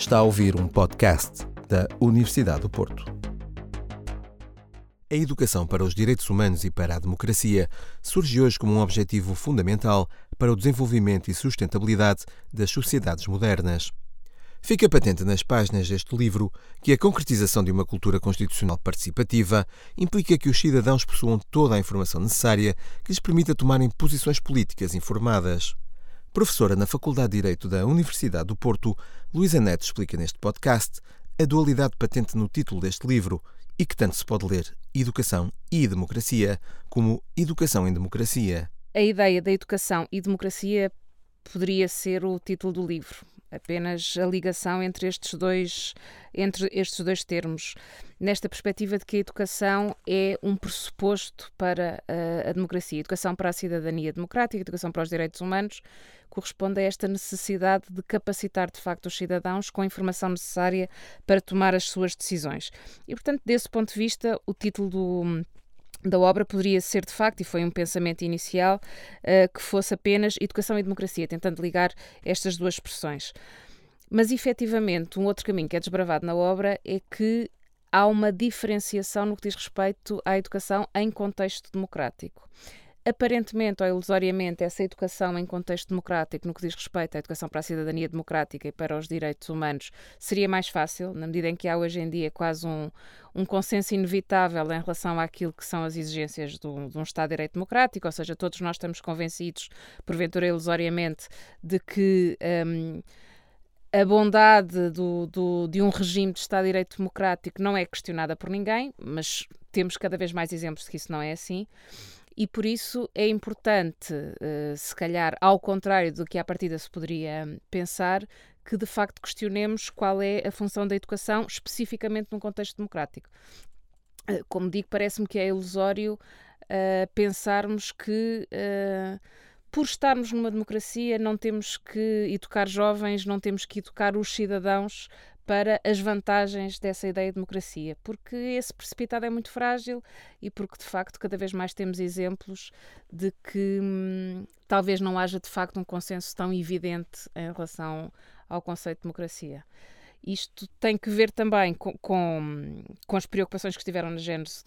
Está a ouvir um podcast da Universidade do Porto. A educação para os direitos humanos e para a democracia surge hoje como um objetivo fundamental para o desenvolvimento e sustentabilidade das sociedades modernas. Fica patente nas páginas deste livro que a concretização de uma cultura constitucional participativa implica que os cidadãos possuam toda a informação necessária que lhes permita tomarem posições políticas informadas. Professora na Faculdade de Direito da Universidade do Porto, Luísa Neto explica neste podcast a dualidade patente no título deste livro e que tanto se pode ler Educação e Democracia como Educação em Democracia. A ideia da educação e democracia poderia ser o título do livro. Apenas a ligação entre estes dois termos, nesta perspectiva de que a educação é um pressuposto para a democracia. Educação para a cidadania democrática, educação para os direitos humanos, corresponde a esta necessidade de capacitar de facto os cidadãos com a informação necessária para tomar as suas decisões. E, portanto, desse ponto de vista, o título da obra poderia ser, de facto, e foi um pensamento inicial, que fosse apenas educação e democracia, tentando ligar estas duas expressões. Mas, efetivamente, um outro caminho que é desbravado na obra é que há uma diferenciação no que diz respeito à educação em contexto democrático. Aparentemente ou ilusoriamente, essa educação em contexto democrático, no que diz respeito à educação para a cidadania democrática e para os direitos humanos, seria mais fácil, na medida em que há hoje em dia quase um consenso inevitável em relação àquilo que são as exigências de um Estado de Direito Democrático, ou seja, todos nós estamos convencidos, porventura ilusoriamente, de que a bondade de um regime de Estado de Direito Democrático não é questionada por ninguém, mas temos cada vez mais exemplos de que isso não é assim. E por isso é importante, se calhar, ao contrário do que à partida se poderia pensar, que de facto questionemos qual é a função da educação especificamente num contexto democrático. Como digo, parece-me que é ilusório pensarmos que, por estarmos numa democracia, não temos que educar jovens, não temos que educar os cidadãos para as vantagens dessa ideia de democracia, porque esse precipitado é muito frágil e porque, de facto, cada vez mais temos exemplos de que talvez não haja, de facto, um consenso tão evidente em relação ao conceito de democracia. Isto tem que ver também com as preocupações que estiveram na gênese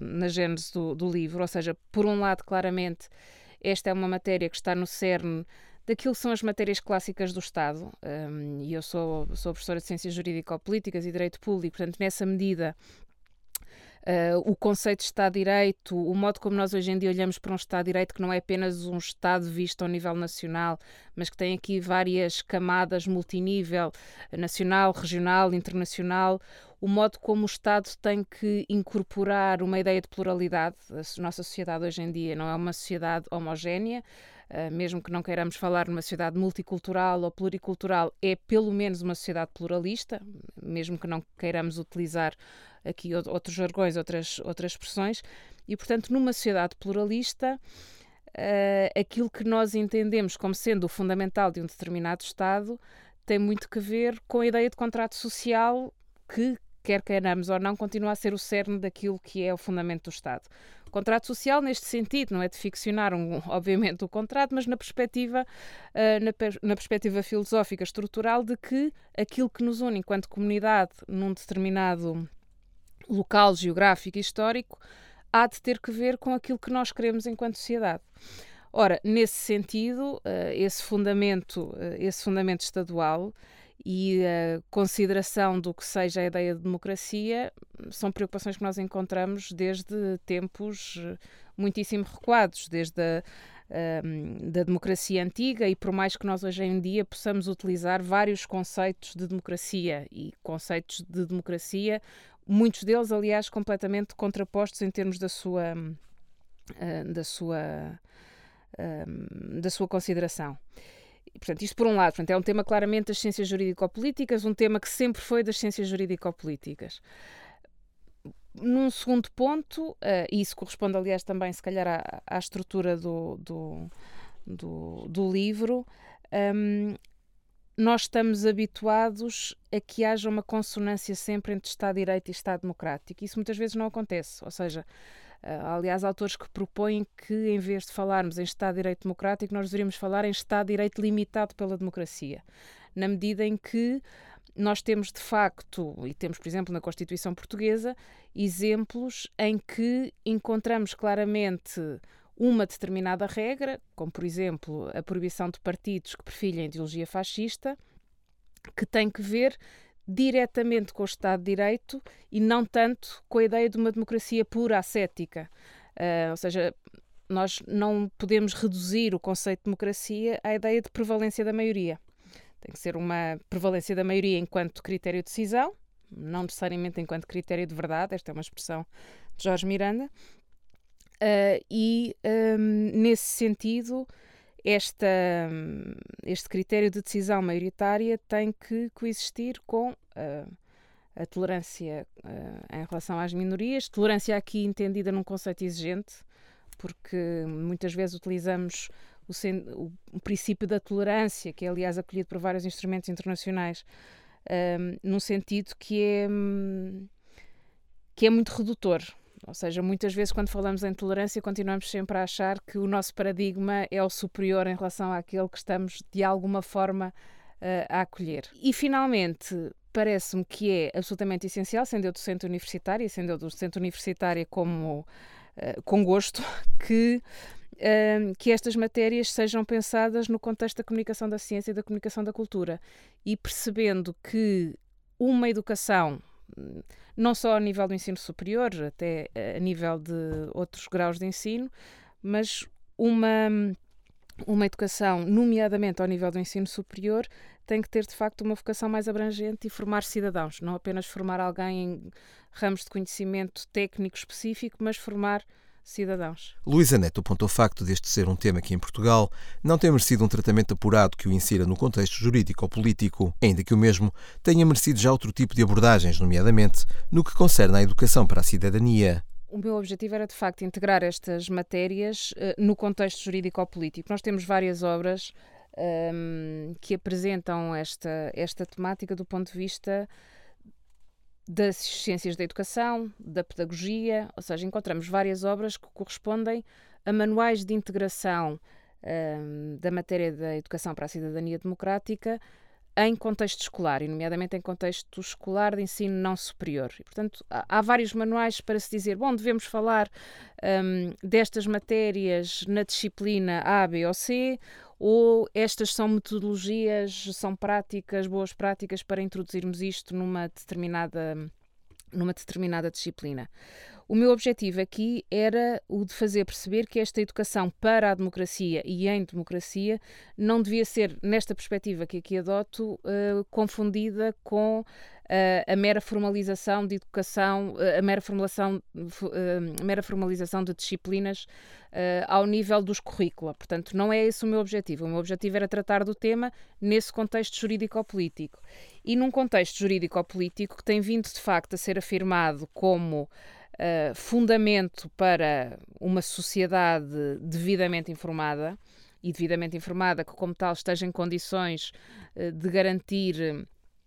do livro, ou seja, por um lado, claramente, esta é uma matéria que está no cerne daquilo que são as matérias clássicas do Estado, e eu sou professora de Ciências Jurídico-Políticas e Direito Público, portanto, nessa medida, o conceito de Estado de Direito, o modo como nós hoje em dia olhamos para um Estado de Direito que não é apenas um Estado visto ao nível nacional, mas que tem aqui várias camadas multinível, nacional, regional, internacional, o modo como o Estado tem que incorporar uma ideia de pluralidade. A nossa sociedade hoje em dia não é uma sociedade homogénea, mesmo que não queiramos falar numa sociedade multicultural ou pluricultural, é pelo menos uma sociedade pluralista, mesmo que não queiramos utilizar aqui outros jargões, outras expressões, e, portanto, numa sociedade pluralista, aquilo que nós entendemos como sendo o fundamental de um determinado Estado tem muito que ver com a ideia de contrato social que, quer queiramos ou não, continua a ser o cerne daquilo que é o fundamento do Estado. O contrato social, neste sentido, não é de ficcionar, obviamente, o contrato, mas na perspectiva filosófica estrutural de que aquilo que nos une enquanto comunidade num determinado local, geográfico e histórico há de ter que ver com aquilo que nós queremos enquanto sociedade. Ora, nesse sentido, esse fundamento estadual e a consideração do que seja a ideia de democracia são preocupações que nós encontramos desde tempos muitíssimo recuados, desde da democracia antiga, e por mais que nós hoje em dia possamos utilizar vários conceitos de democracia e conceitos de democracia, muitos deles, aliás, completamente contrapostos em termos da sua consideração. E, portanto, isto por um lado, portanto, é um tema claramente das ciências jurídico-políticas, um tema que sempre foi das ciências jurídico-políticas. Num segundo ponto, e isso corresponde, aliás, também, se calhar, à estrutura do livro, nós estamos habituados a que haja uma consonância sempre entre Estado de Direito e Estado Democrático. Isso muitas vezes não acontece, ou seja, aliás, autores que propõem que, em vez de falarmos em Estado de Direito Democrático, nós deveríamos falar em Estado de Direito limitado pela democracia, na medida em que nós temos de facto, e temos por exemplo na Constituição Portuguesa, exemplos em que encontramos claramente uma determinada regra, como por exemplo a proibição de partidos que perfilhem ideologia fascista, que tem que ver diretamente com o Estado de Direito e não tanto com a ideia de uma democracia pura, ascética. Ou seja, nós não podemos reduzir o conceito de democracia à ideia de prevalência da maioria. Tem que ser uma prevalência da maioria enquanto critério de decisão, não necessariamente enquanto critério de verdade. Esta é uma expressão de Jorge Miranda. Nesse sentido, este critério de decisão maioritária tem que coexistir com a tolerância em relação às minorias. Tolerância aqui entendida num conceito exigente, porque muitas vezes utilizamos o princípio da tolerância, que é aliás acolhido por vários instrumentos internacionais, num sentido que é muito redutor. Ou seja, muitas vezes quando falamos em tolerância continuamos sempre a achar que o nosso paradigma é o superior em relação àquele que estamos de alguma forma a acolher. E finalmente, parece-me que é absolutamente essencial, sendo eu docente universitária, e sendo eu docente universitária com gosto, que estas matérias sejam pensadas no contexto da comunicação da ciência e da comunicação da cultura, e percebendo que uma educação, não só a nível do ensino superior, até a nível de outros graus de ensino, mas uma educação, nomeadamente ao nível do ensino superior, tem que ter de facto uma vocação mais abrangente e formar cidadãos, não apenas formar alguém em ramos de conhecimento técnico específico, mas formar cidadãos. Luísa Neto aponta o facto deste ser um tema que em Portugal não tem merecido um tratamento apurado que o insira no contexto jurídico ou político, ainda que o mesmo tenha merecido já outro tipo de abordagens, nomeadamente no que concerne à educação para a cidadania. O meu objetivo era, de facto, integrar estas matérias no contexto jurídico ou político. Nós temos várias obras que apresentam esta temática do ponto de vista das ciências da educação, da pedagogia, ou seja, encontramos várias obras que correspondem a manuais de integração da matéria da educação para a cidadania democrática em contexto escolar, e nomeadamente em contexto escolar de ensino não superior. E, portanto, há vários manuais para se dizer, devemos falar destas matérias na disciplina A, B ou C, ou estas são metodologias, são práticas, boas práticas para introduzirmos isto numa determinada disciplina. O meu objetivo aqui era o de fazer perceber que esta educação para a democracia e em democracia não devia ser, nesta perspectiva que aqui adoto, confundida com a mera formalização de educação, a mera formalização de disciplinas ao nível dos currícula. Portanto, não é esse o meu objetivo. O meu objetivo era tratar do tema nesse contexto jurídico-político. E num contexto jurídico-político que tem vindo, de facto, a ser afirmado como fundamento para uma sociedade devidamente informada, e devidamente informada que, como tal, esteja em condições de garantir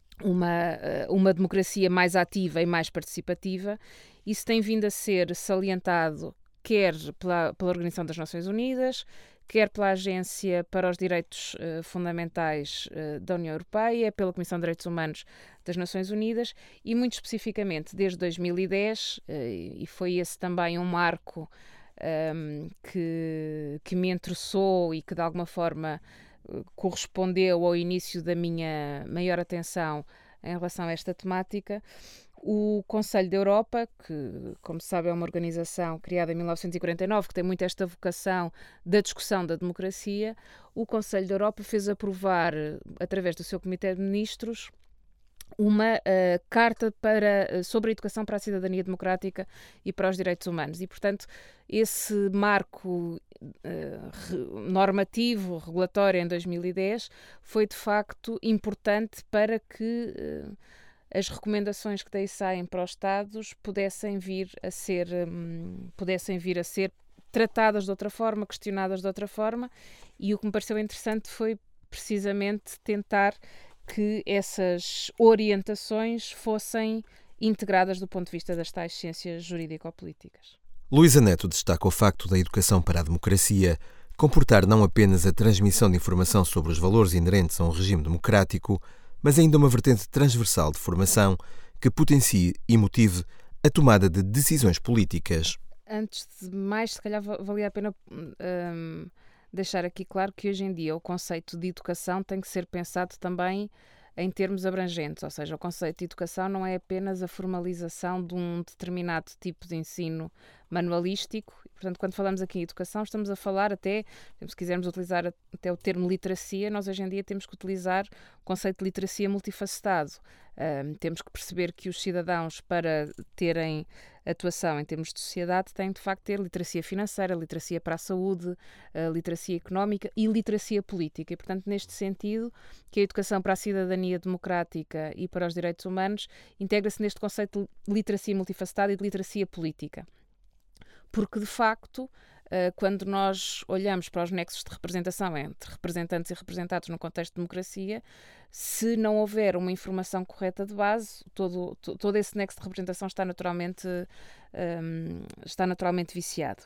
uma democracia mais ativa e mais participativa. Isso tem vindo a ser salientado quer pela Organização das Nações Unidas, quer pela Agência para os Direitos Fundamentais da União Europeia, pela Comissão de Direitos Humanos das Nações Unidas, e muito especificamente desde 2010, e foi esse também um marco que me interessou e que de alguma forma correspondeu ao início da minha maior atenção em relação a esta temática. O Conselho da Europa, que, como se sabe, é uma organização criada em 1949, que tem muito esta vocação da discussão da democracia, o Conselho da Europa fez aprovar, através do seu Comitê de Ministros, uma carta sobre a educação para a cidadania democrática e para os direitos humanos. E, portanto, esse marco normativo, regulatório em 2010, foi de facto importante para que as recomendações que daí saem para os Estados pudessem vir a ser tratadas de outra forma, questionadas de outra forma, e o que me pareceu interessante foi precisamente tentar que essas orientações fossem integradas do ponto de vista das tais ciências jurídico-políticas. Luísa Neto destaca o facto da educação para a democracia comportar não apenas a transmissão de informação sobre os valores inerentes a um regime democrático, mas ainda uma vertente transversal de formação que potencie e motive a tomada de decisões políticas. Antes de mais, se calhar valia a pena deixar aqui claro que hoje em dia o conceito de educação tem que ser pensado também em termos abrangentes, ou seja, o conceito de educação não é apenas a formalização de um determinado tipo de ensino manualístico. Portanto, quando falamos aqui em educação, estamos a falar até, se quisermos utilizar até o termo literacia, nós hoje em dia temos que utilizar o conceito de literacia multifacetado. Temos que perceber que os cidadãos, para terem atuação em termos de sociedade, têm de facto ter literacia financeira, literacia para a saúde, literacia económica e literacia política. E, portanto, neste sentido, que a educação para a cidadania democrática e para os direitos humanos integra-se neste conceito de literacia multifacetada e de literacia política. Porque, de facto, quando nós olhamos para os nexos de representação entre representantes e representados no contexto de democracia, se não houver uma informação correta de base, todo esse nexo de representação está naturalmente viciado.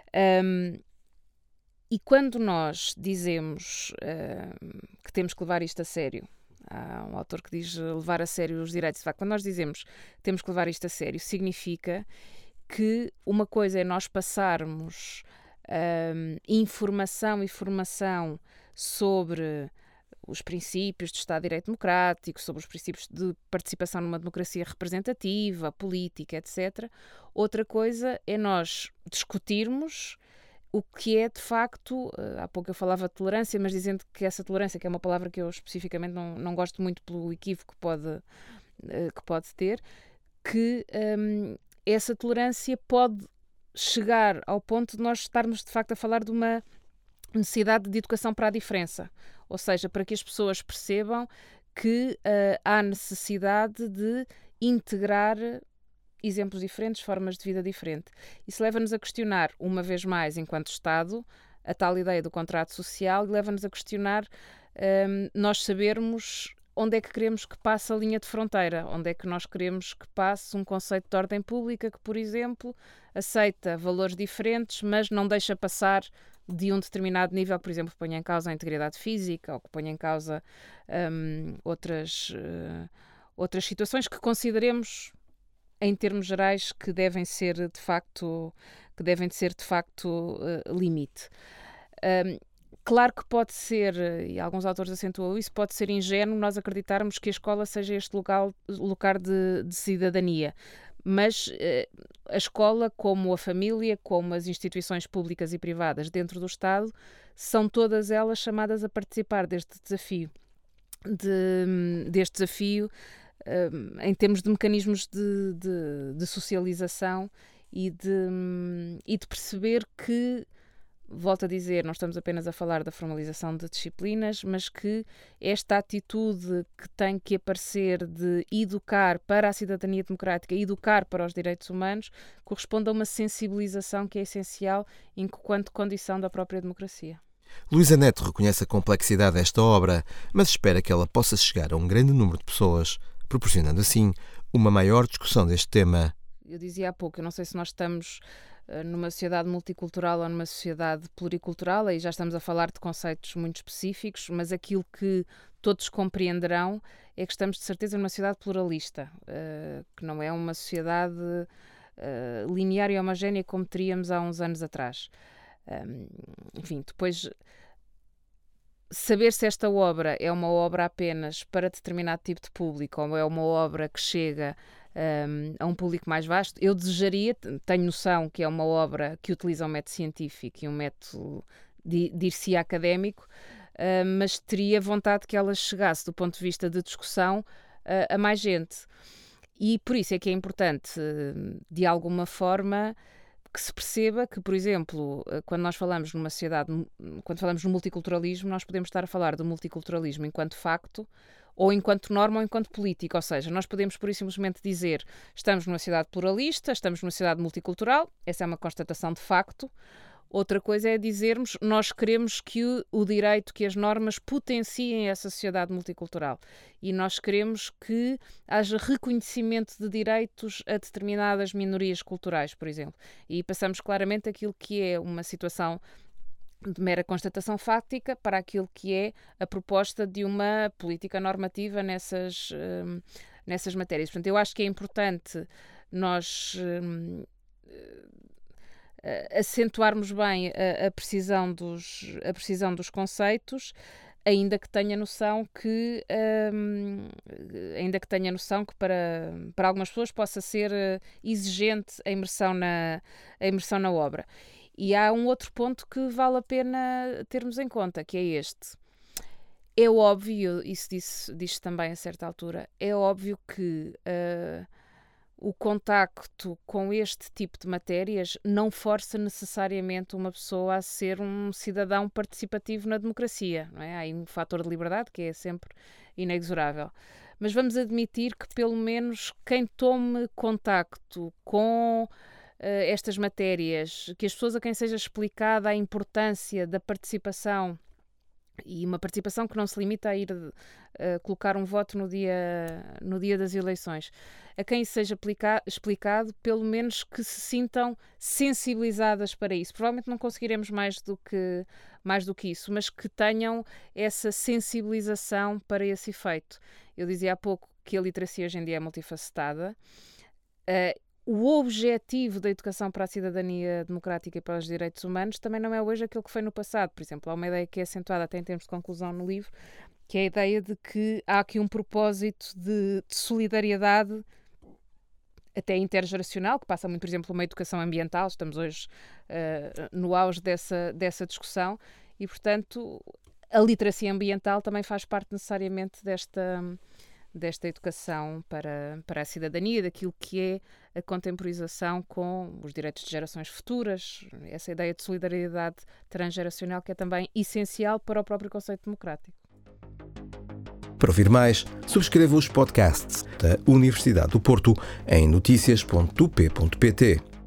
E quando nós dizemos que temos que levar isto a sério, há um autor que diz levar a sério os direitos, de facto, quando nós dizemos que temos que levar isto a sério, significa que uma coisa é nós passarmos informação e formação sobre os princípios de Estado de Direito Democrático, sobre os princípios de participação numa democracia representativa, política, etc. Outra coisa é nós discutirmos o que é, de facto, há pouco eu falava de tolerância, mas dizendo que essa tolerância, que é uma palavra que eu especificamente não gosto muito pelo equívoco que pode ter, que essa tolerância pode chegar ao ponto de nós estarmos, de facto, a falar de uma necessidade de educação para a diferença. Ou seja, para que as pessoas percebam que há necessidade de integrar exemplos diferentes, formas de vida diferente. Isso leva-nos a questionar, uma vez mais, enquanto Estado, a tal ideia do contrato social, e leva-nos a questionar nós sabermos onde é que queremos que passe a linha de fronteira, onde é que nós queremos que passe um conceito de ordem pública que, por exemplo, aceita valores diferentes, mas não deixa passar de um determinado nível, por exemplo, que ponha em causa a integridade física ou que ponha em causa outras situações que consideremos, em termos gerais, que devem ser de facto limite. Claro que pode ser, e alguns autores acentuam isso, pode ser ingênuo nós acreditarmos que a escola seja este lugar de cidadania. Mas a escola, como a família, como as instituições públicas e privadas dentro do Estado, são todas elas chamadas a participar deste desafio. Em termos de mecanismos de socialização e de perceber que, volto a dizer, não estamos apenas a falar da formalização de disciplinas, mas que esta atitude que tem que aparecer de educar para a cidadania democrática, educar para os direitos humanos, corresponde a uma sensibilização que é essencial enquanto condição da própria democracia. Luísa Neto reconhece a complexidade desta obra, mas espera que ela possa chegar a um grande número de pessoas, proporcionando assim uma maior discussão deste tema. Eu dizia há pouco, eu não sei se nós estamos numa sociedade multicultural ou numa sociedade pluricultural, aí já estamos a falar de conceitos muito específicos, mas aquilo que todos compreenderão é que estamos de certeza numa sociedade pluralista, que não é uma sociedade linear e homogénea como teríamos há uns anos atrás. Enfim, depois saber se esta obra é uma obra apenas para determinado tipo de público ou é uma obra que chega a um público mais vasto, eu desejaria, tenho noção que é uma obra que utiliza um método científico e um método, dir-se académico, mas teria vontade que ela chegasse, do ponto de vista de discussão, a mais gente. E por isso é que é importante, de alguma forma, que se perceba que, por exemplo, quando nós falamos numa sociedade, quando falamos no multiculturalismo, nós podemos estar a falar do multiculturalismo enquanto facto, ou enquanto norma ou enquanto política, ou seja, nós podemos por isso simplesmente dizer estamos numa sociedade pluralista, estamos numa sociedade multicultural, essa é uma constatação de facto. Outra coisa é dizermos nós queremos que o direito, que as normas potenciem essa sociedade multicultural e nós queremos que haja reconhecimento de direitos a determinadas minorias culturais, por exemplo. E passamos claramente aquilo que é uma situação de mera constatação fática para aquilo que é a proposta de uma política normativa nessas matérias. Portanto, eu acho que é importante nós acentuarmos bem a precisão dos conceitos, ainda que tenha noção que para algumas pessoas possa ser exigente a imersão na obra. E há um outro ponto que vale a pena termos em conta, que é este. É óbvio, isso diz também a certa altura, é óbvio que o contacto com este tipo de matérias não força necessariamente uma pessoa a ser um cidadão participativo na democracia, não é? Há aí um fator de liberdade que é sempre inexorável. Mas vamos admitir que pelo menos quem tome contacto com estas matérias, que as pessoas a quem seja explicada a importância da participação, e uma participação que não se limita a ir colocar um voto no dia das eleições, a quem seja explicado, pelo menos que se sintam sensibilizadas para isso. Provavelmente não conseguiremos mais do que isso, mas que tenham essa sensibilização para esse efeito. Eu dizia há pouco que a literacia hoje em dia é multifacetada. O objetivo da educação para a cidadania democrática e para os direitos humanos também não é hoje aquilo que foi no passado. Por exemplo, há uma ideia que é acentuada até em termos de conclusão no livro, que é a ideia de que há aqui um propósito de solidariedade até intergeracional, que passa muito, por exemplo, por uma educação ambiental. Estamos hoje no auge dessa discussão e, portanto, a literacia ambiental também faz parte necessariamente desta educação para a cidadania, daquilo que é a contemporização com os direitos de gerações futuras, essa ideia de solidariedade transgeracional que é também essencial para o próprio conceito democrático. Para ouvir mais, subscreva os podcasts da Universidade do Porto em noticias.up.pt.